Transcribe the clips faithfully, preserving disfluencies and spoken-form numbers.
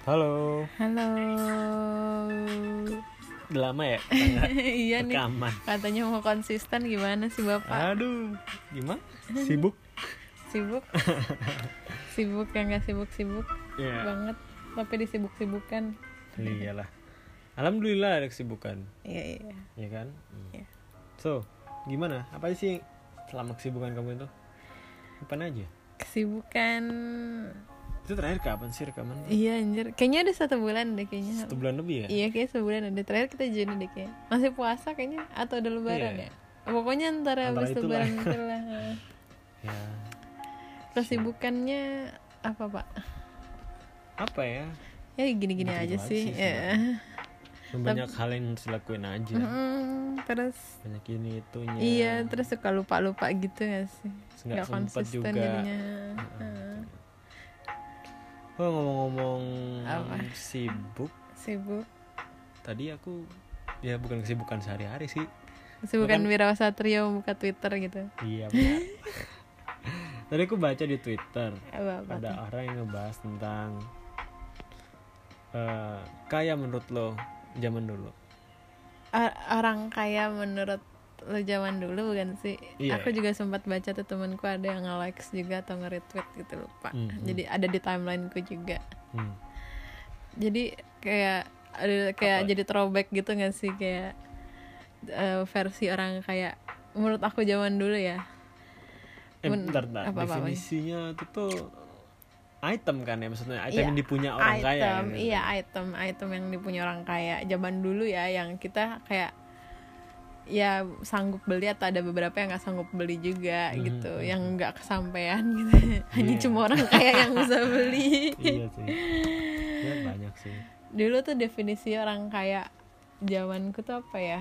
Halo. Halo. Udah lama ya? Kita Iya nih. rekaman. Katanya mau konsisten, gimana sih Bapak? Aduh, gimana? Sibuk? Sibuk? Sibuk ya, nggak sibuk-sibuk Iya. banget, tapi disibuk-sibukkan. Iyalah. Alhamdulillah ada kesibukan, Iya iya. ya kan? Hmm. Iya. So, gimana? Apa sih selama kesibukan kamu itu? Apa aja? Kesibukan. Itu terakhir kapan sih rekaman? Iya anjir. Kayaknya ada satu bulan deh kayaknya. Satu bulan lebih ya? Iya kayak sebulan ada. Terakhir kita Juni deh kayaknya. Masih puasa kayaknya atau udah lebaran Iya. ya? Pokoknya antara, Antara habis itulah. lebaran itulah. Ya. Kesibukannya apa Pak? Apa ya? Ya gini-gini Gitu aja aja sih. sih Ya. Banyak hal yang harus dilakuin aja. Mm-mm, terus Banyak ini itunya. iya, terus suka lupa-lupa gitu gak sih? Nggak Gak sempet konsisten juga. jadinya. Heeh. Heeh. Oh, ngomong-ngomong Apa? sibuk, Sibuk. tadi aku ya bukan kesibukan sehari-hari sih. Kesibukan Bahkan- Wirawa Satrio buka Twitter gitu. Iya benar. Tadi aku baca di Twitter Apa-apa? ada orang yang ngebahas tentang eh, kaya menurut lo zaman dulu. A- orang kaya menurut lo zaman dulu bukan sih? Iya. Aku juga sempat baca tuh, temanku ada yang nge-likes juga atau nge-retweet gitu, lupa. Mhm. Jadi ada di timelineku juga. Hmm. Jadi kayak ada kayak Apa? jadi throwback gitu nggak sih, kayak eh, versi orang kayak menurut aku zaman dulu ya. Eh, Men- bentar, bentar. apa-apa, apa? Definisinya itu tuh item kan ya, maksudnya item Iya, yang dipunya orang item, kaya kan? iya item item yang dipunya orang kaya zaman dulu ya, yang kita kayak ya sanggup beli atau ada beberapa yang nggak sanggup beli juga Hmm, gitu, hmm, yang nggak kesampaian gitu. Hanya Iya. cuma orang kaya yang bisa beli. Iya sih. Ya banyak sih. Dulu tuh definisi orang kaya zamanku tuh apa ya?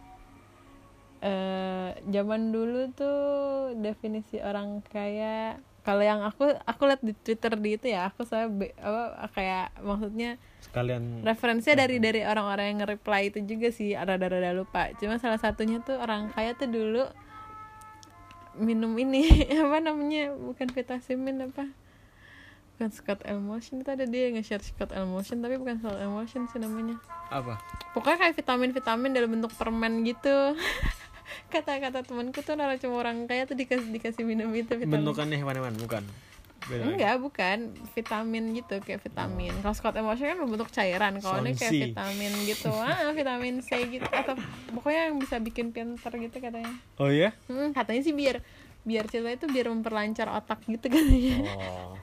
Eh, zaman dulu tuh definisi orang kaya, kalau yang aku aku lihat di Twitter di itu ya, aku saya be- apa kayak maksudnya Sekalian referensinya dari dari orang-orang yang nge-reply itu juga sih, rada-rada lupa. Cuma salah satunya tuh orang kaya tuh dulu minum ini apa namanya, bukan vitamin apa, bukan Scott Emotion, itu ada dia nge-share Scott Emotion tapi bukan Scott Emotion sih namanya. apa? Pokoknya kayak vitamin-vitamin dalam bentuk permen gitu. Kata-kata temanku tuh kalau cuma orang kaya tuh dikasih dikasih minum itu vitamin. Bentukannya hewan-hewan bukan? Beda lagi. Enggak, bukan vitamin gitu, kayak vitamin. Kalau Scott Emotion kan berbentuk cairan, kalau ini kayak Sonsi. vitamin gitu, ah vitamin C gitu, atau pokoknya yang bisa bikin pinter gitu katanya. Oh ya? Hmm, katanya sih biar biar cerita itu biar memperlancar otak gitu katanya. Oh.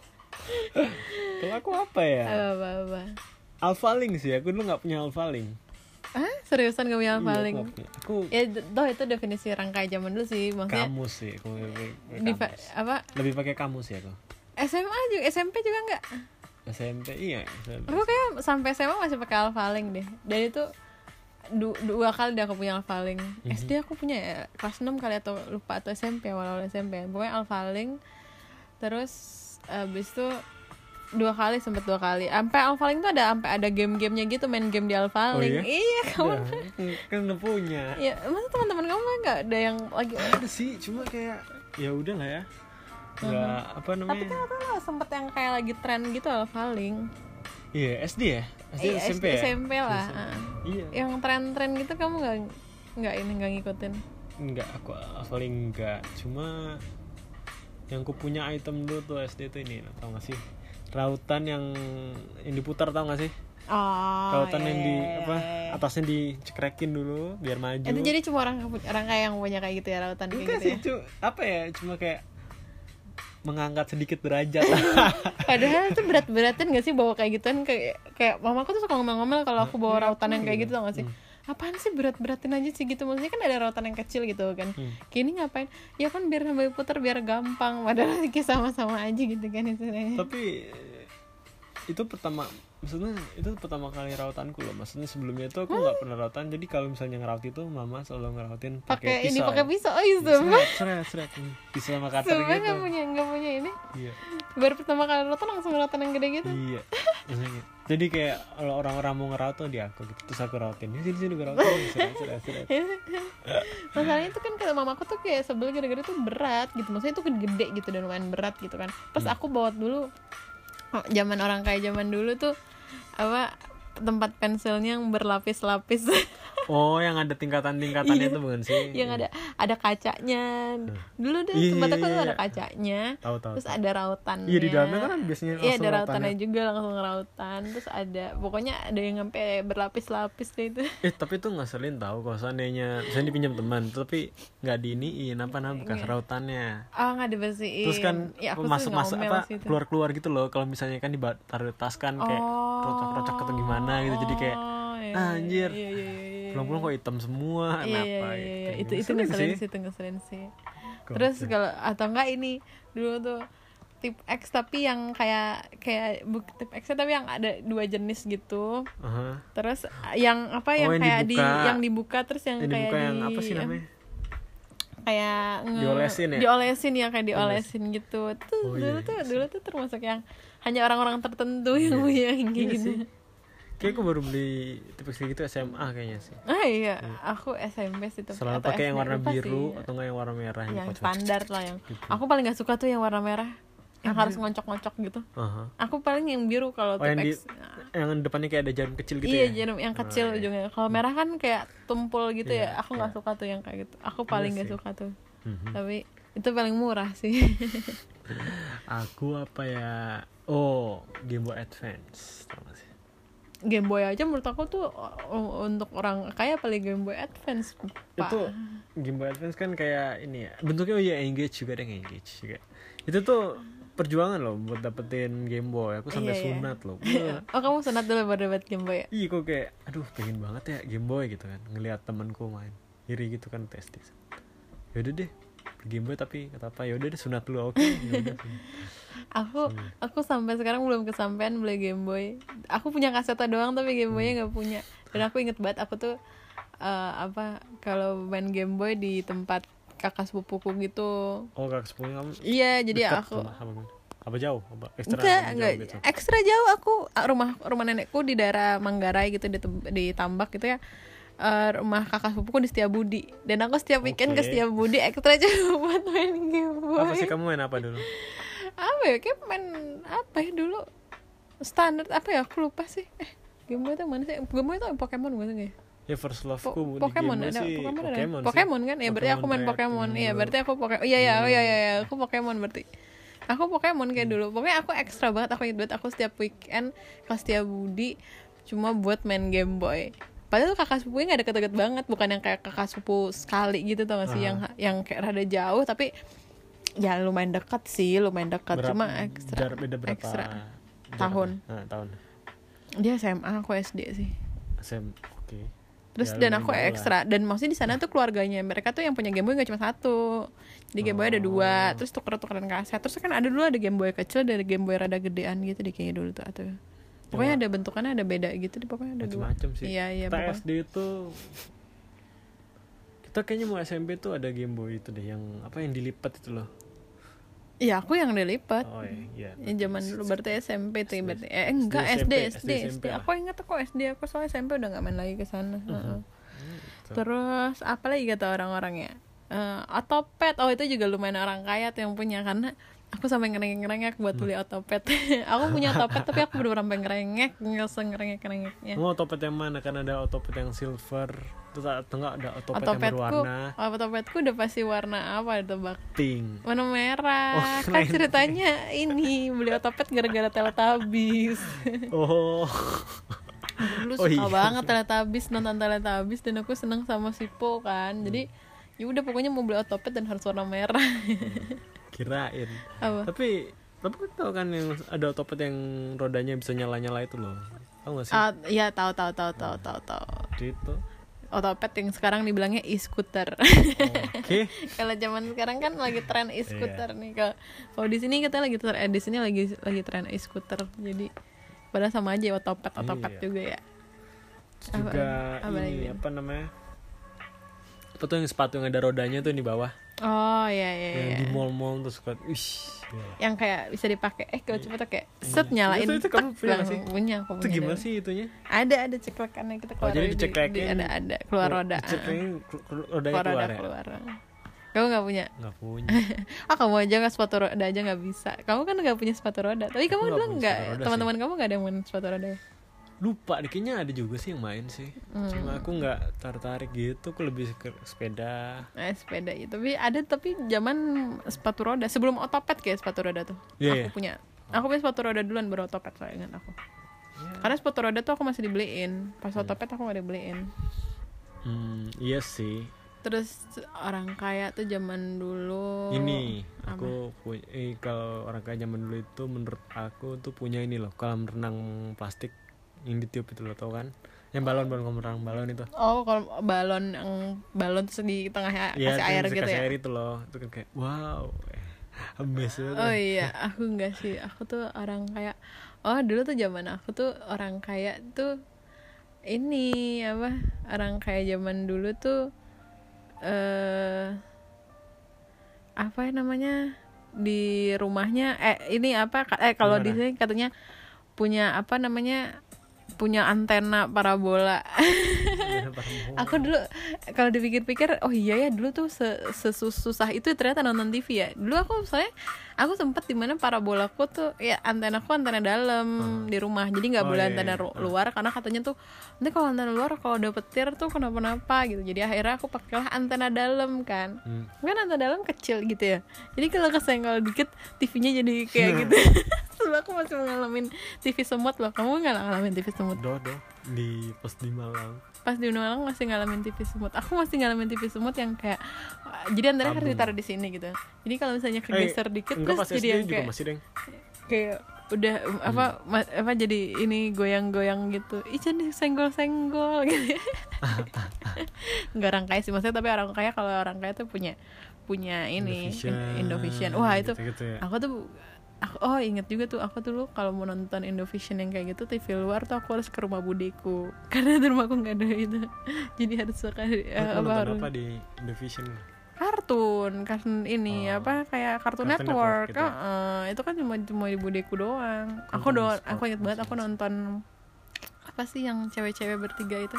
Kalau aku apa ya? Apa apa. Alphalink sih, aku dulu nggak punya Alphalink. Ah, seriusan gak punya Iya, paling? aku nggak punya. Aku Ya toh itu definisi orang kaya zaman dulu sih, maksudnya kamus sih, aku lebih, di kamus. apa Lebih pakai kamus ya aku. S M A juga, S M P juga enggak? S M P iya. S M P. Aku kayak sampai S M A masih pakai Alphalink deh. Dan itu du- dua kali deh aku punya Alphalink. Mhm. S D aku punya ya, kelas enam kali atau lupa, atau S M P, awal-awal S M P. Pokoknya Alphalink. Terus abis itu dua kali, sempet dua kali. Sampai Alphalink tuh ada sampai ada game-gamenya gitu, main game di Oh, Alphalink. iya? Iya, kamu. Ya, aku kan udah punya. Ya, masa teman-teman kamu enggak ada yang lagi Ada sih, cuma kayak ya udah lah ya. Enggak apa tapi namanya? kan aku lah sempet yang kayak lagi tren gitu Alphalink. Iya, S D ya? S D Iya, S M P ya? S M P lah. S M P. ah. Iya. Yang tren-tren gitu kamu nggak nggak ini nggak ngikutin? Enggak, aku Alphalink enggak. Cuma yang ku punya item dulu tuh S D tuh ini, tau gak sih? Rautan yang yang diputar, tau gak sih? Oh, Rautan iya, yang di iya, apa? iya. Atasnya dicekrekin dulu biar maju. Itu jadi cuma orang orang kaya yang punya kayak gitu ya, rautan kayak enggak gitu sih, ya. cu- apa ya? Cuma kayak mengangkat sedikit derajat. Padahal itu berat-beratin gak sih bawa kayak gituan, kayak kayak mamaku tuh suka ngomel-ngomel kalau aku bawa Iya, rautan aku yang kayak juga. gitu, tau gak sih? Hmm. Apaan sih berat-beratin aja sih gitu, maksudnya kan ada rautan yang kecil gitu kan. Hmm. Kini ngapain? Ya kan biar sambil putar biar gampang, padahal kayak sama-sama aja gitu kan istilahnya. Tapi itu pertama, maksudnya itu pertama kali rautanku loh. Maksudnya sebelumnya itu aku nggak pernah rautan. Jadi kalau misalnya ngeraut itu mama selalu ngerautin pakai Pakai ini pisau. pakai pisau, oh iya sumpah. Seret, seret, seret. Pisau sama cutter Sumpah gitu. nggak punya nggak punya ini. Iya. Baru pertama kali rautan langsung rautan yang gede gitu. Iya. Maksudnya, jadi kayak kalau orang-orang mau ngeraut tuh di aku gitu. Terus aku rautin. Ya sini sini gue rautin. Seret, seret, seret. Masalahnya itu kan kata mamaku tuh kayak sebel gara-gara itu berat gitu, maksudnya itu gede gitu dan lumayan berat gitu kan. Terus Hmm. aku bawa dulu, oh, zaman orang kayak zaman dulu tuh apa tempat pensilnya yang berlapis-lapis. Oh, yang ada tingkatan-tingkatannya Iya. itu bukan sih? Yang ada ada kacanya. Dulu deh Iya, tempat iya, aku tuh iya. ada kacanya. Tahu tahu. Terus tahu. ada rautannya. Iya, di dalamnya kan biasanya Iya, langsung ada rautannya rautannya. juga, langsung rautan. Terus ada pokoknya ada yang sampai berlapis-lapis deh itu. Eh tapi itu ngeselin tahu kalau seandainya saya dipinjam teman tapi nggak diiniin apa namanya bekas rautannya. Ah, nggak dibersihin. Terus kan ya, aku masuk masuk ngomel apa sih itu. keluar keluar gitu loh kalau misalnya kan ditaruh di tas kan kayak Oh. rocok-rocok atau gimana gitu jadi kayak Oh, iya, ah, anjir. Iya, iya, iya, iya. pulang-pulang kok hitam semua Iya, iya, kenapa iya, iya. gitu. Itu itu Ngeselin ngeselin sih, itu ngeselin sih. Kok Terus gitu. kalau atau enggak ini dulu tuh tip X tapi yang kayak kayak buk tip X tapi yang ada dua jenis gitu. Aha. Terus yang apa Oh, yang, yang kayak di dibuka. yang dibuka terus yang Ini kayak bukan di yang apa sih namanya? kayak nge, Diolesin ya? diolesin ya kayak diolesin gitu. Tuh Oh, dulu iya, tuh iya dulu tuh termasuk yang hanya orang-orang tertentu yang punya yang kayak Iya gitu. sih. Kayak aku baru beli tipe kayak gitu S M A kayaknya sih. Ah iya, aku S M P sih tuh. Selalu atau pakai yang S D, warna lupa biru sih. atau enggak yang warna merah Yang kocok-kocok. standar lah yang. Gitu. Aku paling gak suka tuh yang warna merah. Yang harus ngoncok-ngoncok gitu. Aha. Aku paling yang biru kalau Oh, yang di Tipex. yang depannya kayak ada jarum kecil gitu Iya, ya. jarum yang kecil Oh, iya. ujungnya. Kalau merah kan kayak tumpul gitu Iya, ya. Aku nggak iya. suka tuh yang kayak gitu. Aku paling Iya nggak sih. suka tuh. Mhm. Tapi itu paling murah sih. Aku apa ya? Oh, Game Boy Advance. Tahu nggak sih? Game Boy aja menurut aku tuh uh, untuk orang kaya paling Game Boy Advance, Pak. Itu Game Boy Advance kan kayak ini ya. Bentuknya oh ya Engage juga ada yang Engage juga. Itu tuh perjuangan loh buat dapetin Game Boy. Aku sampai Iya, iya. sunat loh. Wah. Oh, kamu sunat dulu baru dapat Game Boy ya? Iya kok kayak aduh pengen banget ya Game Boy gitu kan ngelihat temanku main iri gitu kan testis yaudah deh beli Game Boy tapi kata apa yaudah deh sunat dulu oke yaudah sunat. Aku aku sampai sekarang belum kesampaian beli Game Boy. Aku punya kasetnya doang tapi Game Boy-nya nggak punya. Dan aku inget banget aku tuh uh, apa kalau main Game Boy di tempat kakak sepupuku gitu. Oh kakak sepupunya kamu Iya, jadi dekat aku rumah apa, mana? Apa jauh apa ekstra enggak jauh enggak gitu? ekstra jauh aku ah, rumah rumah nenekku di daerah Manggarai gitu di, Tem- di Tambak gitu ya. Eh, rumah kakak sepupuku di Setiabudi dan aku setiap weekend Oke. ke Setiabudi ekstra jauh buat main Game Boy. Apa sih kamu main apa dulu? Apa ya kayak main apa ya dulu standar apa ya aku lupa sih eh Game Boy itu mana sih Game Boy itu Pokemon bukan sih Ya first love Po- ku di Pokemon Game Boy ada sih Pokemon ada Pokemon, Pokemon, sih. kan ya berarti aku main kayak Pokemon iya dulu. berarti aku Pokemon iya ya oh iya iya iya aku Pokemon berarti aku Pokemon kayak dulu pokoknya aku ekstra banget aku ingat banget aku setiap weekend ke Setiabudi cuma buat main Game Boy. Padahal tuh kakak sepupunya gak deket-deket banget, bukan yang kayak kakak sepupu sekali gitu tau gak sih, yang yang kayak rada jauh tapi ya lumayan dekat sih, lumayan dekat Berapa- cuma ekstra. jarak beda berapa ekstra. jarak? Tahun. Nah, tahun Dia S M A, aku S D sih. S M oke Terus Ya, dan lumayan aku jauh lah. ekstra dan maksudnya di sana tuh keluarganya mereka tuh yang punya Game Boy gak cuma satu. Di Game Boy ada dua, terus tuker-tukeran kaset. Terus kan ada dulu ada Game Boy kecil, ada Game Boy rada gedean gitu deh kayaknya dulu tuh atau pokoknya ada bentukannya ada beda gitu deh pokoknya ada dua. macam-macam sih. Iya iya Kita pokoknya. S D itu kita kayaknya mau S M P tuh ada Game Boy itu deh yang apa yang dilipat itu loh. Iya aku yang dilipat. Oh iya. Ya zaman dulu berarti S M P tuh S D. berarti eh enggak S S D, D S S D, D S D S D. lah. Aku ingat kok S D aku soalnya S M P udah nggak main lagi ke sana. Heeh. Gitu. Terus apa lagi kata orang-orang ya? Eh, Otopet, oh itu juga lumayan orang kaya tuh yang punya karena aku sampai ngerengek-ngerengek buat beli Otopet. Aku punya Otopet tapi aku bener sampai ngerengek, nggak ngerengek-ngerengeknya. Mau otopet yang mana? Kan ada otopet yang silver, terus atau enggak ada otopet yang Otopetku, berwarna Otopetku udah pasti warna apa itu bak? pink. Warna merah. Oh, Kan lain. ceritanya ini beli Otopet gara-gara Teletubbies. Oh. Dulu Oh, suka iya. banget Teletubbies, nonton Teletubbies dan aku seneng sama Sipo kan. Jadi ya udah pokoknya mau beli Otopet dan harus warna merah. Kirain. Apa? Tapi tapi kan tau kan yang ada otopet yang rodanya bisa nyala-nyala itu loh. Tahu enggak sih? Ah, iya tahu tahu tahu tahu tahu tahu. Itu. Otopet yang sekarang dibilangnya e-scooter. Oke. Kalau zaman sekarang kan lagi tren e-scooter Iya. nih. Kalau kalau di sini kita lagi tren eh, di sini lagi lagi tren e-scooter. Jadi padahal sama aja Otopet Otopet Iya. juga ya. Terus juga Apa- apa ini lagi? apa namanya? Apa tuh yang sepatu yang ada rodanya tuh yang di bawah? Oh iya iya Yang iya. di mall-mall terus suka ish. Yang kayak bisa dipakai eh kalau cepet tuh kayak set nyalain. Itu- itu kamu tek, punya nggak langsung sih? punya aku Itu punya gimana dari- sih itunya? Ada ada ceklekannya kita keluar. Oh, jadi di- diceklekin. di- ada ada keluar roda. Diceklekin, kelu- kelu- rodanya Keluar keluar, roda ya? keluar. Kamu nggak punya? Nggak punya. Ah kamu aja nggak sepatu roda aja nggak bisa. Kamu kan nggak punya sepatu roda. Tapi kamu nggak dulu punya nggak sepatu roda teman-teman kamu nggak ada yang main sepatu roda. Ya? lupa, kayaknya ada juga sih yang main sih. Hmm. Cuma aku nggak tertarik gitu, aku lebih ke sepeda. Eh, sepeda itu, tapi ada tapi zaman sepatu roda sebelum otopet kayak sepatu roda tuh. Yeah, aku yeah. punya, aku punya sepatu roda duluan baru otopet, saya ingat aku. Yeah. Karena sepatu roda tuh aku masih dibeliin, pas hmm. otopet aku nggak dibeliin. Hmm, iya sih. Terus orang kaya tuh zaman dulu. Ini aku punya, eh, kalau orang kaya zaman dulu itu menurut aku tuh punya ini loh, kolam renang plastik yang ditiup itu loh, tau kan? Yang balon balon kolam renang balon itu. Oh, kalau balon yang balon terus di tengahnya ya, kasih air gitu kasih ya. Air itu loh, itu kan kayak wow, amazing. Oh iya, aku enggak sih, aku tuh orang kaya. Oh dulu tuh zaman aku tuh orang kaya tuh ini apa? Orang kaya zaman dulu tuh eh apa namanya di rumahnya eh ini apa eh kalau di sini katanya punya apa namanya punya antena parabola. Aku dulu kalau dipikir-pikir oh iya ya dulu tuh sesusah itu ternyata nonton T V ya. Dulu aku soalnya aku sempat di mana parabolaku tuh ya antenaku antena dalam hmm. di rumah. Jadi nggak oh, boleh iya, antena iya. luar karena katanya tuh nanti kalau antena luar kalau udah petir tuh kenapa-napa gitu. Jadi akhirnya aku pakailah antena dalam kan. Hmm. Kan antena dalam kecil gitu ya. Jadi kalau kesenggol dikit T V-nya jadi kayak gitu. Sebab aku masih ngalamin T V semut loh. Kamu nggak ngalamin T V semut? Doh doh di pas di Malang. Pas di Malang masih ngalamin T V semut. Aku masih ngalamin T V semut yang kayak jadi antara harus ditaruh di sini gitu. Jadi kalau misalnya kegeser eh, dikit terus jadi yang kayak masih, kayak udah hmm. apa ma, apa jadi ini goyang-goyang gitu. Ih jadi senggol-senggol gitu. Enggak orang kaya sih maksudnya, tapi orang kaya kalau orang kaya tuh punya punya ini Indovision. Indovision. Wah itu gitu-gitu ya. Aku tuh aku oh inget juga tuh aku dulu kalau mau nonton Indovision yang kayak gitu T V luar tuh aku harus ke rumah budeku karena di rumahku nggak ada itu, jadi harus sekali uh, apa harus apa di Indovision kartun kartun ini oh. apa kayak Cartoon Network, Network gitu. uh, itu kan cuma cuma di budeku doang. Kartun aku doang aku inget banget aku nonton apa sih yang cewek-cewek bertiga itu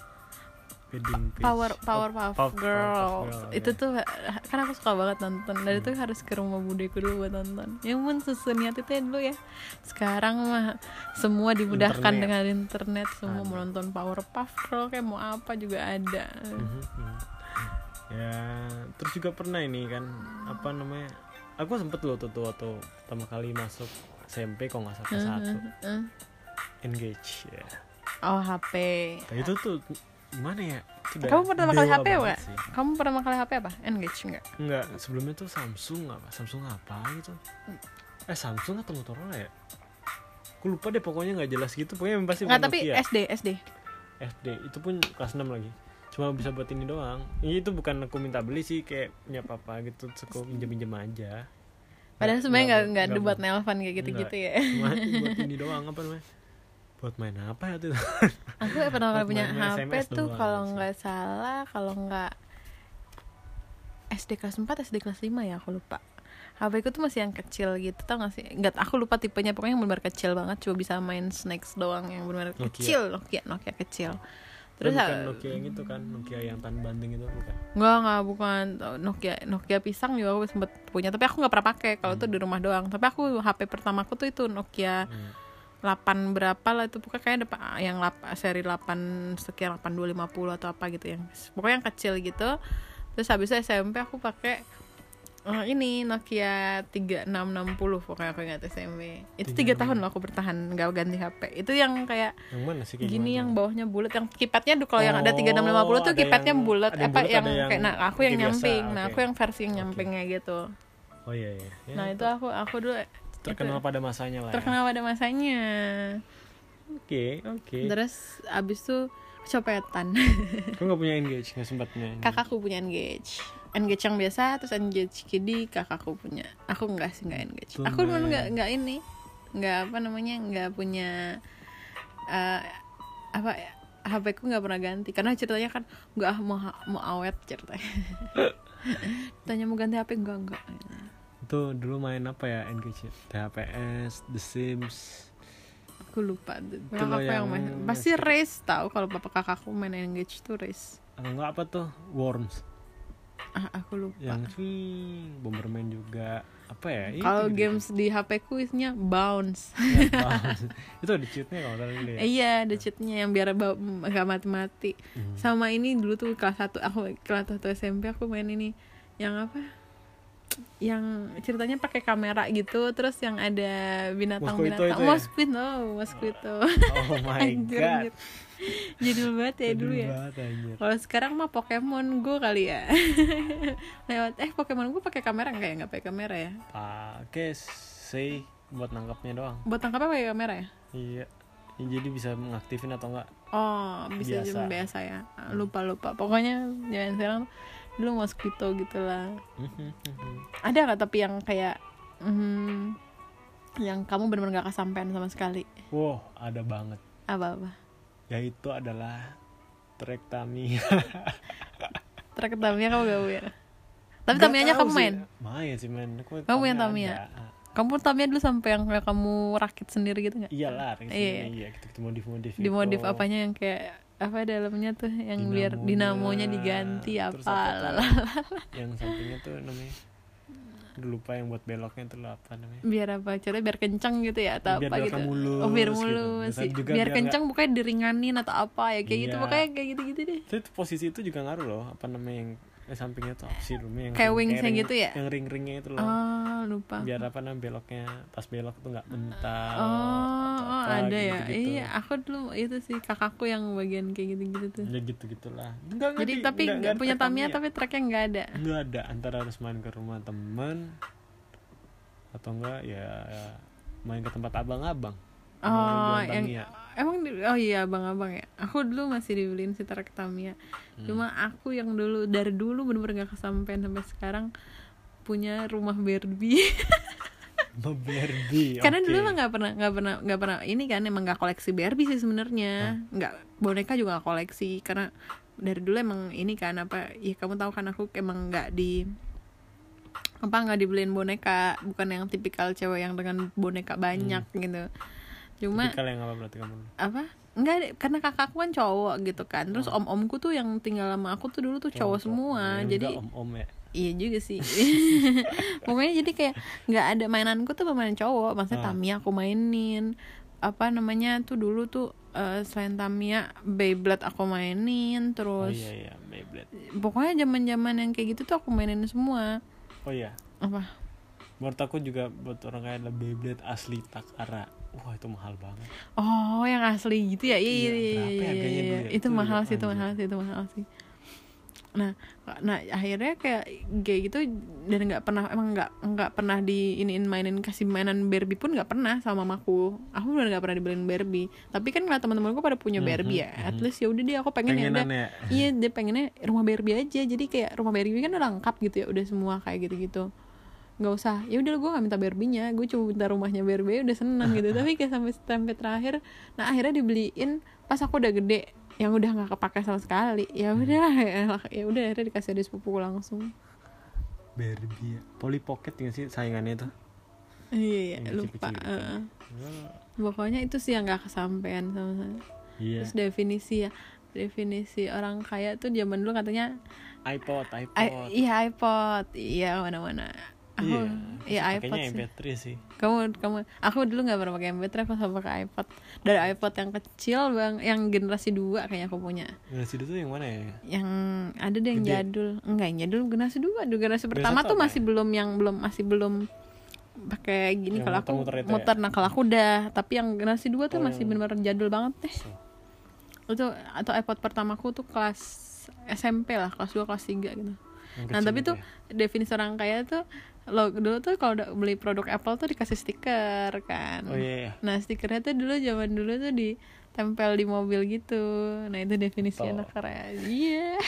Power Power Puff Girls. Girl, itu yeah. tuh kan aku suka banget nonton. Dari hmm. tuh harus ke rumah budeku dulu buat nonton. Yang pun seseniat itu ya dulu ya. Sekarang mah semua dimudahkan internet. Dengan internet. Semua ada. Mau nonton Power Puff Girls kayak mau apa juga ada. Mm-hmm. Ya, terus juga pernah ini kan apa namanya? Aku sempet loh tuh tuh waktu pertama kali masuk S M P kok nggak salah satu. Uh-huh. Engage ya. Oh H P. Nah, itu tuh gimana ya? Sudah kamu pertama kali H P apa? Sih. Kamu pertama kali H P apa? Engage enggak? Enggak, sebelumnya tuh Samsung apa? Samsung apa gitu? Eh Samsung atau Motorola ya? Aku lupa deh pokoknya nggak jelas gitu. Pokoknya yang pasti. Nggak tapi Nokia. S D S D. S D itu pun kelas enam lagi. Cuma bisa buat ini doang. Ini itu bukan aku minta beli sih, kayak punya papa gitu, aku minjem-minjem aja. Padahal sebenarnya nggak nggak ada buat nelpon kayak gitu-gitu ya. Cuma buat ini doang apa namanya? Buat main apa ya tuh? Aku pernah kali punya H P tuh kalau nggak salah, kalau nggak S D kelas empat, S D kelas lima ya aku lupa. H P ku tuh masih yang kecil gitu, tau gak sih? Nggak, aku lupa tipenya, pokoknya yang benar kecil banget, cuma bisa main Snakes doang, yang benar kecil, Nokia, Nokia kecil. Terus bukan Nokia yang itu kan, Nokia yang tan bandeng itu bukan? Enggak, enggak, bukan Nokia, Nokia pisang juga aku sempet punya, tapi aku nggak pernah pakai, kalau hmm. tuh di rumah doang. Tapi aku H P pertamaku tuh itu Nokia. Hmm. delapan berapa lah itu, pokoknya kayak ada yang lap, seri delapan sekian, delapan dua lima nol atau apa gitu yang pokoknya yang kecil gitu. Terus habis itu S M P aku pakai uh, ini Nokia tiga enam enam nol, pokoknya aku ingat S M P itu tiga tahun loh aku bertahan nggak ganti H P. Itu yang kayak yang mana sih, kayak gini gimana? Yang bawahnya bulat, yang keypadnya kalau oh, yang ada tiga enam lima nol tuh keypadnya bulat apa yang, yang kayak nah aku yang nyamping biasa, nah okay. aku yang versi yang nyampingnya okay. gitu. Oh iya iya ya, nah itu aku aku dulu terkenal itu, pada masanya lah terkenal ya. pada masanya. Oke okay, oke okay. Terus abis tuh copetan. Aku nggak punya Engage, nggak sempatnya. Kakakku punya Engage, Engage yang biasa, terus Engage Kidi kakakku punya. Aku nggak sih, nggak Engage. Tuh, aku memang nggak nggak ini, nggak apa namanya, nggak punya uh, apa H P ku nggak pernah ganti karena ceritanya kan nggak mau mau awet ceritanya. Tanya mau ganti H P enggak enggak. Itu dulu main apa ya Engage? T H P S, The Sims. Aku lupa tuh. Apa yang main? Pasti Race, tahu kalau papa kakakku main Engage tuh Race. Atau enggak apa tuh? Worms. Ah, aku lupa. Yang swing, Bomberman juga. Apa ya? Kalau games di H P ku isinya bounce. Ya, bounce. Itu ada cheatnya kalau salah dulu ya. Iya, ada cheatnya yang biar ba- gak mati-mati. Hmm. Sama ini dulu tuh kelas satu aku kelas satu S M P aku main ini yang apa? Yang ceritanya pakai kamera gitu, terus yang ada binatang-binatang. Mosquito, ya? oh, mosquito. Oh my god. Jadul banget ya dulu ya. Kalau sekarang mah Pokemon Go kali ya. Lewat eh Pokemon Go pakai kamera enggak ya? Enggak pakai kamera ya? Pakai sih buat nangkapnya doang. Buat nangkapnya pakai kamera ya? Iya. Ya, jadi bisa mengaktifin atau enggak? Oh, bisa biasa, biasa ya. Lupa-lupa. Pokoknya jangan sekarang dulu Mosquito gitulah. Ada nggak tapi yang kayak mm, yang kamu benar-benar gak kesampean sama sekali? Wow, ada banget. Apa-apa? Yaitu adalah trek Tamiya. Trek Tamiya kamu gak punya? Tapi Tamiyanya kamu main? Main sih main. Aku kamu punya Tamiya? Kamu Tamiya dulu sampai yang kayak kamu rakit sendiri gitu nggak? Iyalah, rakit iya. Iya, gitu modif-modif. Dimodif apanya yang kayak apa dalamnya tuh yang dinamonya, biar dinamonya diganti apa, apa yang sampingnya tuh namanya udah lupa yang buat beloknya tuh apa namanya, biar apa caranya biar kencang gitu ya atau biar apa gitu mulus, oh biar mulus gitu. biar, biar kencang bukannya diringanin atau apa ya kayak iya. Gitu pokoknya kayak gitu-gitu deh. Itu posisi itu juga ngaruh loh apa namanya yang eh, sampingnya tuh apa sih rumahnya yang kayak wingsnya gitu ya, yang ring-ringnya itu loh. Oh lupa. Biar apa namanya beloknya pas belok tuh nggak mental. Oh, oh ada gitu, ya. Gitu. Iya aku dulu itu sih kakakku yang bagian kayak gitu-gitu tuh. Ya gitu-gitulah. Jadi di, tapi nggak punya Tamiya tapi tracknya nggak ada. Nggak ada, antara harus main ke rumah teman atau enggak ya, ya main ke tempat abang-abang. Oh yang Tamiya. Emang oh iya abang-abang ya. Aku dulu masih dibeliin si trek Tamiya. Hmm. Cuma aku yang dulu dari dulu bener-bener gak kesampean sampai sekarang punya rumah Barbie. Rumah Barbie. Karena okay. dulu emang nggak pernah nggak pernah nggak pernah ini kan emang nggak koleksi Barbie sih sebenarnya. Nggak hmm. boneka juga nggak koleksi karena dari dulu emang ini kan apa ya kamu tahu kan aku emang nggak di apa nggak dibeliin boneka, bukan yang tipikal cewek yang dengan boneka banyak hmm. gitu. Cuma tipikal yang apa berarti kamu? Apa? Enggak, aku kakakku kan cowok gitu kan. Terus oh. om-omku tuh yang tinggal sama aku tuh dulu tuh cowok oh, semua. Ya, jadi om-om ya. Iya juga sih. Pokoknya jadi kayak nggak ada mainanku tuh pemain cowok. Maksudnya oh. Tamiya aku mainin. Apa namanya tuh dulu tuh uh, selain Tamiya Beyblade aku mainin terus. Oh iya iya Beyblade. Pokoknya zaman-zaman yang kayak gitu tuh aku mainin semua. Oh iya. Apa? Menurut aku juga buat orang kayak ada Beyblade asli Takara. Wah itu mahal banget. Oh yang asli gitu ya? Iya iya iya. Berapa harganya dulu ya? Itu, itu mahal sih, itu mahal sih, itu mahal sih. Nah, nah akhirnya kayak kayak gitu dan nggak pernah emang nggak nggak pernah di iniin mainin kasih mainan Barbie pun nggak pernah sama mamaku. Aku benar nggak pernah dibeliin Barbie. Tapi kan ngeliat teman-temanku pada punya Barbie ya. Mm-hmm. At least ya udah deh aku pengen ya udah. Ya. Iya dia pengennya rumah Barbie aja. Jadi kayak rumah Barbie kan udah lengkap gitu ya. Udah semua kayak gitu-gitu. Nggak usah ya udah gue nggak minta Barbie-nya, gue cuma minta rumahnya Barbie udah seneng gitu. Tapi kayak sampai sampai terakhir nah akhirnya dibeliin pas aku udah gede yang udah nggak kepake sama sekali. Ya udah ya udah akhirnya dikasih adik sepupuku langsung Barbie ya. Polly Pocket nggak sih saingannya itu? Iya lupa uh. Pokoknya itu sih yang nggak kesampean sama saya. Yeah. Terus definisi ya definisi orang kaya tuh zaman dulu katanya iPod iPod I- iya iPod iya mana-mana. Aku iya, ya iPod M P tiga sih. Kamu kamu aku dulu nggak pernah pakai M P tiga, pas pakai iPod. Dari iPod yang kecil bang, yang generasi dua kayaknya aku punya. Generasi dua tuh yang mana ya? Yang ada deh yang Gede. jadul. Enggak, yang jadul generasi dua. Generasi pertama tuh masih ya? belum yang belum masih belum pakai gini. Kalau aku muter, muter ya? Nah kalau aku udah. Tapi yang generasi dua tuh oh, masih yang... benar-benar jadul banget deh. So. Itu atau iPod pertamaku tuh kelas S M P lah, kelas dua kelas tiga gitu. Nah tapi tuh ya? Definisi orang kaya tuh lo dulu tuh kalau udah beli produk Apple tuh dikasih stiker kan. Oh iya. Yeah. Nah stikernya tuh dulu zaman dulu tuh ditempel di mobil gitu. Nah itu definisi oh. anak kaya. Iya.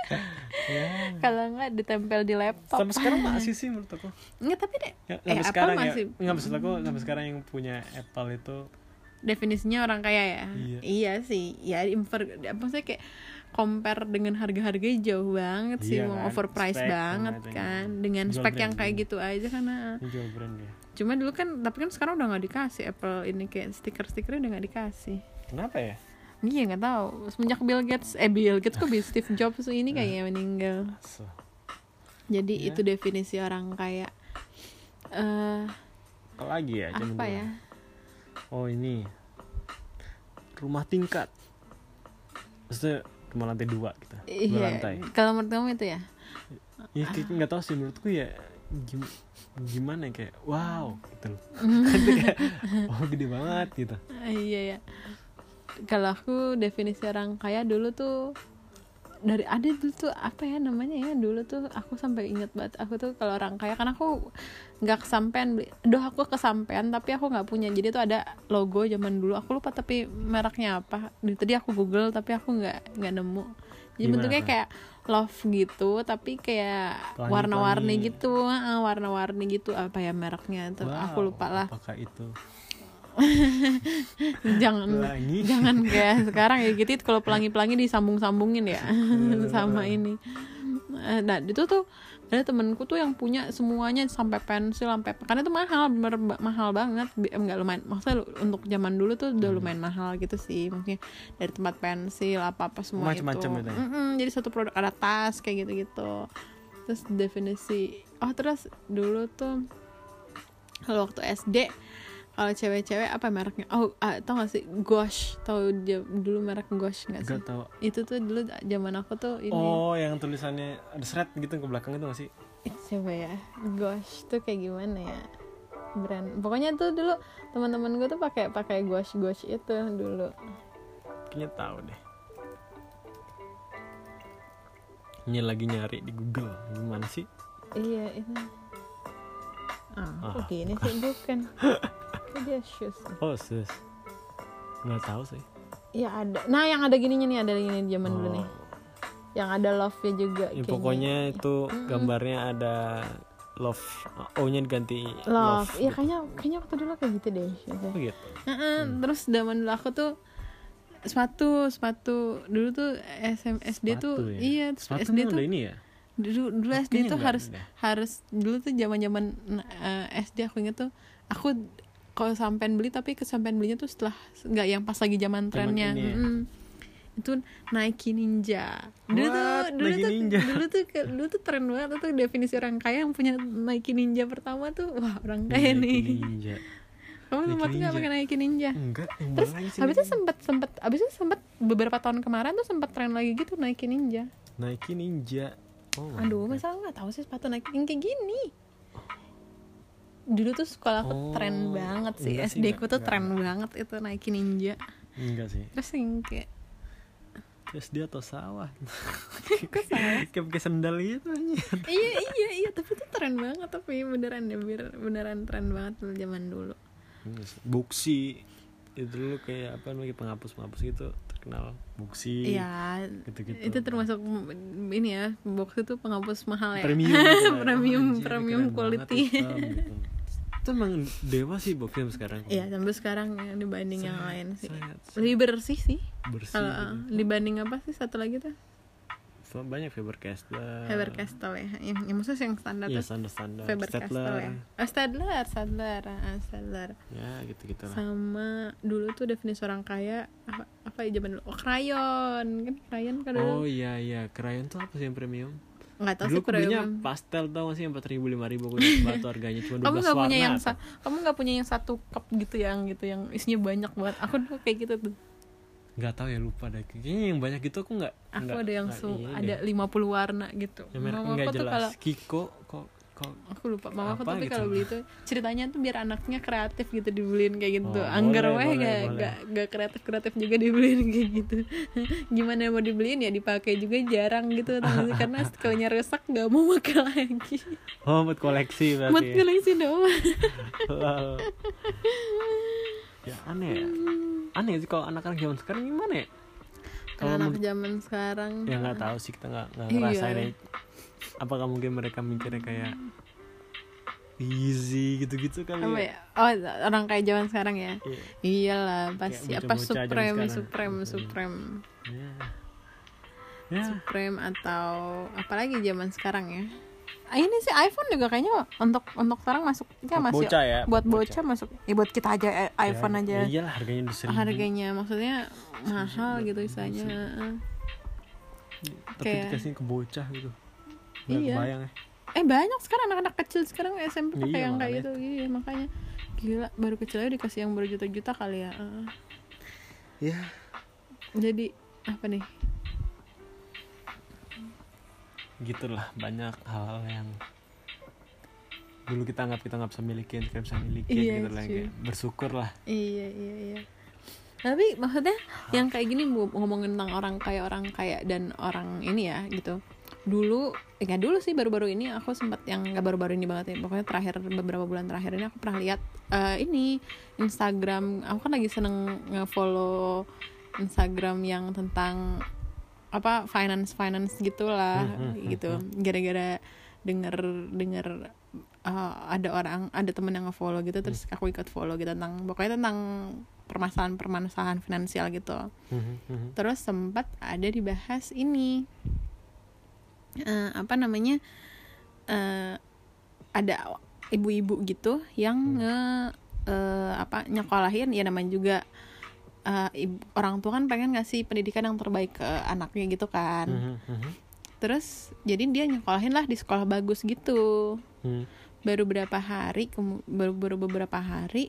Yeah. Kalau nggak ditempel di laptop. Sampai sekarang masih sih menurut aku. Nggak tapi deh. Ya, sampai eh, sekarang Apple masih. Ya, nggak maksud aku sampai sekarang yang punya Apple itu. Definisinya orang kaya ya. Iya, iya sih. Ya infer. Maksudnya kayak compare dengan harga-harganya jauh banget sih, iya, kan? Overpriced spek, banget kan dengan jual spek yang kayak ya. Gitu aja karena jual brand ya. Cuma dulu kan tapi kan sekarang udah nggak dikasih Apple ini kayak stiker-stikernya udah nggak dikasih. Kenapa ya? Iya nggak tahu. Semenjak Bill Gates eh Bill Gates kok Steve Jobs ini kayaknya meninggal. Jadi Ya. itu definisi orang kaya. eh Apa lagi ya? Zaman apa dulu? ya? Oh ini rumah tingkat. Maksudnya rumah lantai dua gitu. Dua Iya, lantai. kalau menurut kamu itu ya? Ya kayak nggak tahu sih, menurutku ya gim- gimana ya, kayak wow gitu loh. Kan tuh kayak oh gede banget gitu. Ah, iya ya. Kalau aku definisi orang kaya dulu tuh dari ada dulu tuh apa ya namanya ya, dulu tuh aku sampai inget banget, aku tuh kalau orang kaya karena aku nggak kesampean beli, doh aku kesampean tapi aku nggak punya. Jadi tuh ada logo zaman dulu, aku lupa tapi mereknya apa. Tadi aku google tapi aku nggak nggak nemu. Jadi Gimana bentuknya tuh? kayak love gitu tapi kayak Pelangi-pelangi. warna-warni gitu, ah, warna-warni gitu, apa ya mereknya tuh aku Wow, lupa lah. apakah itu jangan pelangi? jangan kayak sekarang ya gitu, kalau pelangi-pelangi disambung-sambungin ya sama ini. Nah itu tuh ada temenku tuh yang punya semuanya sampai pensil, sampai karena itu mahal, bener mahal banget. Enggak lumayan, maksudnya untuk zaman dulu tuh udah lumayan mahal gitu sih, mungkin dari tempat pensil apa-apa semua Macem-macem itu. itu ya? Mm-mm, jadi satu produk, ada tas kayak gitu-gitu. Terus definisi, oh terus dulu tuh kalau waktu S D, kalau cewek-cewek apa mereknya? Oh, ah, tau gak sih Gosh? Tahu dia dulu merek Gosh nggak sih? Gak tau. Itu tuh dulu zaman aku tuh ini. Oh, yang tulisannya ada seret gitu ke belakang itu gak sih? Coba ya, Gosh tuh kayak gimana ya? Brand. Pokoknya tuh dulu teman-teman gue tuh pakai pakai Gosh Gosh itu dulu. Kayaknya tahu deh. Ini lagi nyari di Google. Gimana sih? Iya itu. Ah, Ah. kok gini sih bukan? Kok dia shoes? Oh, sus. Nggak tahu sih. Iya ada. Nah yang ada gininya nih, ada gini zaman dulu Oh. nih. Yang ada love-nya juga. Ya, kayaknya. pokoknya itu gambarnya ada love. O-nya diganti Love. love. Iya gitu. kayaknya kayaknya waktu dulu kayak gitu deh. Oh gitu. Heeh, terus zaman dulu aku tuh sepatu sepatu dulu tuh S M S D tuh Sepatu ya? iya Sepatu S D emang tuh ada ini ya? dulu dulu S D Kayaknya tuh nggak harus ada. harus dulu tuh zaman zaman S D aku inget tuh aku kalau sampean beli tapi kesampean belinya tuh setelah nggak yang pas lagi zaman trennya. ini ya? Mm-mm. Itu Nike Ninja dulu tuh What? dulu Nike tuh Ninja? dulu tuh ke- dulu tuh tren banget. Itu definisi orang kaya yang punya Nike Ninja pertama tuh wah orang kaya Nike nih. Ninja. Kamu Nike sempat nggak Ninja. pakai Nike Ninja? Enggak, yang Terus mana lagi sih habis itu Nike? sempat sempat habis itu sempat beberapa tahun kemarin tuh sempat tren lagi gitu Nike Ninja. Nike Ninja. Oh, Aduh, masa nggak tahu sih sepatu Nike yang kayak gini. Dulu tuh sekolah aku Oh, tren banget sih. enggak sih, S D ku enggak, tuh tren enggak. banget itu Nike Ninja. enggak sih. Terus yang kayak Terus dia atau sawah. Kayak pakai sendal gitu aja. iya iya iya tapi itu tren banget, tapi beneran ya bener, beneran tren banget dulu zaman dulu. Buksi itu dulu kayak apa namanya, penghapus-penghapus gitu terkenal Buksi. Iya. Gitu-gitu. Itu termasuk ini ya, box itu penghapus mahal ya. Premium gitu lah. premium Oh, anjir, premium keren quality. banget, hitam gitu. Itu emang dewa sih boxnya sekarang. Iya, sampai sekarang ya, dibanding yang lain sih. Set, set. Lebih bersih sih. Bersih Kalau gitu. uh, dibanding apa sih satu lagi tuh? So, banyak Faber-Castell. Faber Castell ya. Yang, yang maksudnya yang standar Ya tuh standar-standar. Faber Castell Staedtler. ya. Oh, Stadler, Stadler, ah, Stadler. Ya gitu-gitu lah. Sama dulu tuh definisi orang kaya apa, apa ya zaman dulu? Oh, krayon. Kan krayon kan dulu. Oh iya iya, krayon tuh apa sih yang premium? Enggak tahu Dulu sih aku belinya krayon. pastel tau gak sih, yang empat ribu lima ribu aku dapat batu harganya cuma dua Kamu belas nggak warna. punya yang apa? sa- kamu nggak punya yang satu cup gitu yang gitu yang isinya banyak banget. Aku dulu kayak gitu tuh. Nggak tahu ya, lupa deh. Kayaknya yang banyak gitu aku nggak. Aku nggak- ada yang nggak su ini ada deh. lima puluh warna gitu. Yang merek Mama nggak aku tuh jelas. kalau Kiko kok kok. aku lupa mama aku Apa tapi gitu? kalau beli itu ceritanya tuh biar anaknya kreatif gitu dibeliin kayak gitu. Oh, Angger boleh, weh boleh, gak, boleh. gak gak kreatif kreatif juga dibeliin kayak gitu. Gimana mau dibeliin ya dipakai juga jarang gitu tapi karena sekalinya rusak nggak mau pakai lagi. Oh buat koleksi Buat berarti. koleksi doang. Wow. Ya aneh ya. Aneh sih kalau anak-anak zaman sekarang gimana ya? Kalau Anak menurut- zaman sekarang ya nggak tahu sih, kita nggak nggak Iya. ngerasain ya. Apakah mungkin mereka mikirnya kayak easy gitu-gitu kali apa ya? ya? Oh, orang kayak zaman sekarang ya. Iya. Iyalah, pasti Kayak apa bocah-bocah zaman Supreme, sekarang. Supreme, Hmm. Supreme, Ya. Ya. Supreme atau apalagi zaman sekarang ya. Ah, ini sih iPhone juga kayaknya untuk untuk sekarang masuk ya Buat masih bocah ya, buat buat bocah masuk. Ya buat kita aja eh, iPhone Ya, aja. ya iyalah harganya udah seribu. Harganya maksudnya mahal gitu istilahnya. heeh. Tapi kayak- dikasih ke bocah gitu. Nggak Iya. kebayang ya. eh banyak sekarang anak-anak kecil sekarang S M P pakai Iya, yang kayak makanya. gitu. Iya makanya gila, baru kecil aja dikasih yang berjuta-juta kali ya. Uh. Ya, Jadi apa nih? gitulah, banyak hal yang dulu kita anggap kita nggak bisa milikin, kita bisa milikin Iya, gitu lah, cuy. kayak bersyukur lah. Iya iya iya. Tapi maksudnya yang kayak gini ngomongin tentang orang kaya orang kaya dan orang ini ya gitu. Dulu, eh nggak dulu sih, baru-baru ini aku sempat yang nggak baru-baru ini banget ya. Pokoknya terakhir beberapa bulan terakhir ini aku pernah lihat uh, ini Instagram. Aku kan lagi seneng nge-follow Instagram yang tentang apa finance finance gitulah Hmm, hmm, gitu. Gara-gara denger denger uh, ada orang ada temen yang nge-follow gitu, terus aku ikut follow gitu tentang pokoknya tentang permasalahan-permasalahan finansial gitu. Hmm, hmm, Terus sempat ada dibahas ini uh, apa namanya uh, ada ibu-ibu gitu yang Hmm. nge uh, apa nyekolahin, ya namanya juga uh, ibu, orang tua kan pengen ngasih pendidikan yang terbaik ke anaknya gitu kan. hmm, hmm, Terus jadi dia nyekolahin lah di sekolah bagus gitu. hmm. Baru beberapa hari kemu- baru, baru beberapa hari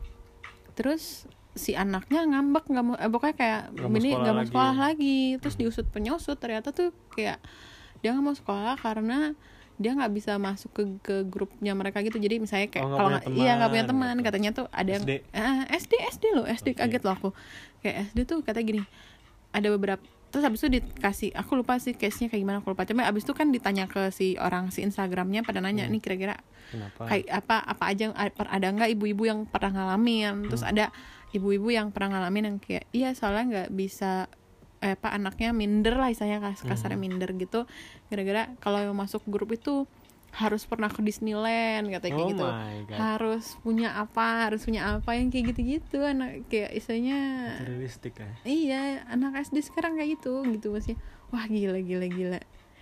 terus si anaknya ngambek, nggak mau, eh, pokoknya kayak Nggak mau ini sekolah nggak mau lagi. sekolah lagi. Terus diusut penyusut ternyata tuh kayak dia nggak mau sekolah karena dia nggak bisa masuk ke ke grupnya mereka gitu. Jadi misalnya kayak Oh, nggak kalau punya nggak iya nggak punya teman, teman gitu. katanya tuh ada yang S D? eh, S D S D loh S D Oke. kaget loh aku kayak S D tuh katanya gini, ada beberapa, terus abis itu dikasih, aku lupa sih case-nya kayak gimana, aku lupa. Cuma abis itu kan ditanya ke si orang si Instagramnya, pada nanya Hmm. nih kira-kira Kenapa? kayak apa apa aja, ada nggak ibu-ibu yang pernah ngalamin. Terus ada ibu-ibu yang pernah ngalamin yang kayak iya soalnya nggak bisa eh, apa anaknya minder lah istilahnya, kas- kasarnya minder gitu, gara-gara kalau yang masuk grup itu harus pernah ke Disneyland katanya kayak Oh gitu, my God. harus punya apa harus punya apa yang kayak gitu-gitu. Anak kayak istilahnya Realistik ya. iya anak S D sekarang kayak gitu gitu masih wah gila gila gila.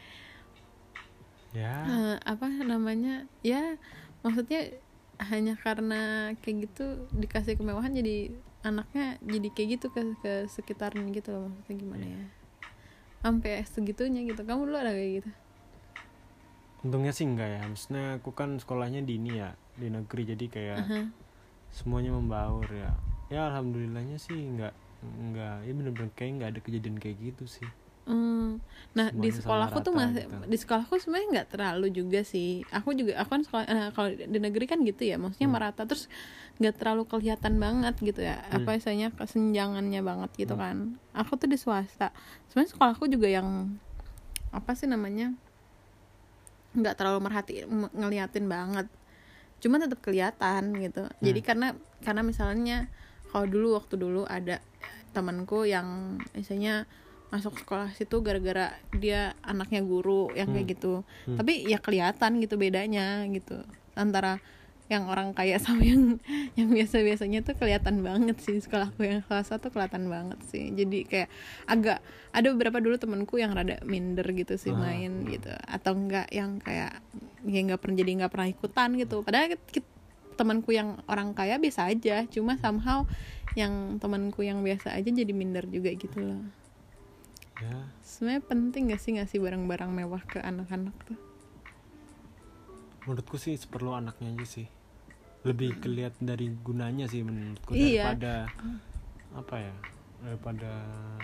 Ya. Eh, apa namanya ya maksudnya hanya karena kayak gitu dikasih kemewahan jadi anaknya jadi kayak gitu ke ke sekitarnya gitu loh. Maksudnya gimana ya sampai segitunya gitu. Kamu dulu ada kayak gitu? Untungnya sih enggak ya. Maksudnya aku kan sekolahnya di ini ya, di negeri, jadi kayak Uh-huh. semuanya membaur ya. Ya alhamdulillahnya sih enggak enggak ya bener-bener kayak enggak ada kejadian kayak gitu sih. Hmm. Nah di Semuanya sekolahku sama tuh rata masih gitu. di sekolahku sebenarnya nggak terlalu juga sih. Aku juga aku kan sekolah eh, kalau di negeri kan gitu ya, maksudnya Hmm. merata, terus nggak terlalu kelihatan banget gitu ya. Hmm. Apa istilahnya kesenjangannya banget gitu Hmm. kan. Aku tuh di swasta. Sebenarnya sekolahku juga yang apa sih namanya nggak terlalu merhati m- ngeliatin banget. Cuma tetap kelihatan gitu. Hmm. Jadi karena karena misalnya kalau dulu waktu dulu ada temanku yang misalnya masuk sekolah situ gara-gara dia anaknya guru yang kayak Hmm. gitu. Hmm. Tapi ya kelihatan gitu bedanya gitu antara yang orang kaya sama yang yang biasa-biasanya tuh kelihatan banget sih. Sekolahku yang kelas satu kelihatan banget sih. Jadi kayak agak ada beberapa dulu temanku yang rada minder gitu sih Ah. main gitu, atau enggak yang kayak ya nggak pernah jadi nggak pernah ikutan gitu. Padahal kit- temanku yang orang kaya biasa aja, cuma somehow yang temanku yang biasa aja jadi minder juga gitu loh. Ya, Sebenarnya penting gak sih ngasih barang-barang mewah ke anak-anak tuh? menurutku sih seperlu anaknya aja sih. Lebih kelihat dari gunanya sih menurutku, Iya. daripada apa ya? Daripada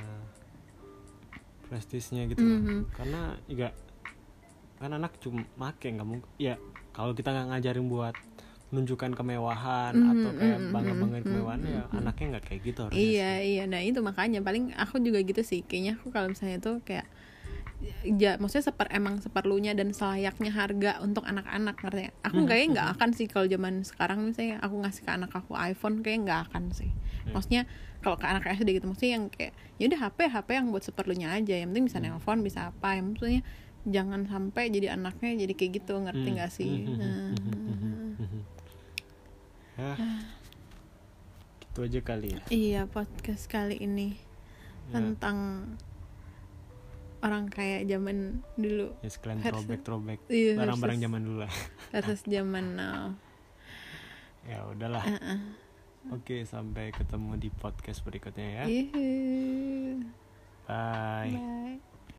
prestisnya gitu loh. Mhm. Karena juga kan anak cuma make, nggak mungkin ya kalau kita nggak ngajarin buat menunjukkan kemewahan Mhm, atau kayak mhm, bangga-banggain mhm, kemewahan ya mhm. anaknya nggak kayak gitu harusnya Iya sih. iya, nah itu makanya paling aku juga gitu sih. Kayaknya aku kalau misalnya tuh kayak ya maksudnya seper emang seperlunya dan selayaknya harga untuk anak-anak, ngerti gak? Aku Mhm, kayaknya nggak mhm. akan sih kalau zaman sekarang misalnya aku ngasih ke anak aku iPhone, kayaknya nggak akan sih. Iya. Maksudnya kalau ke anak S D gitu, maksudnya yang kayak ya udah H P H P yang buat seperlunya aja, yang penting bisa Hmm. nelpon bisa apa, yang maksudnya jangan sampai jadi anaknya jadi kayak gitu, ngerti Hmm, nggak sih? mhm, mhm, Nah, mhm, mhm, mhm. Ya, gitu aja kali ya. iya podcast kali ini Ya, tentang orang kaya zaman dulu ya sekalian versus- throwback throwback iya, barang-barang versus- zaman dulu lah. versus zaman now. Ya udahlah. Uh-uh. Oke, sampai ketemu di podcast berikutnya ya. Iya. Bye. Bye.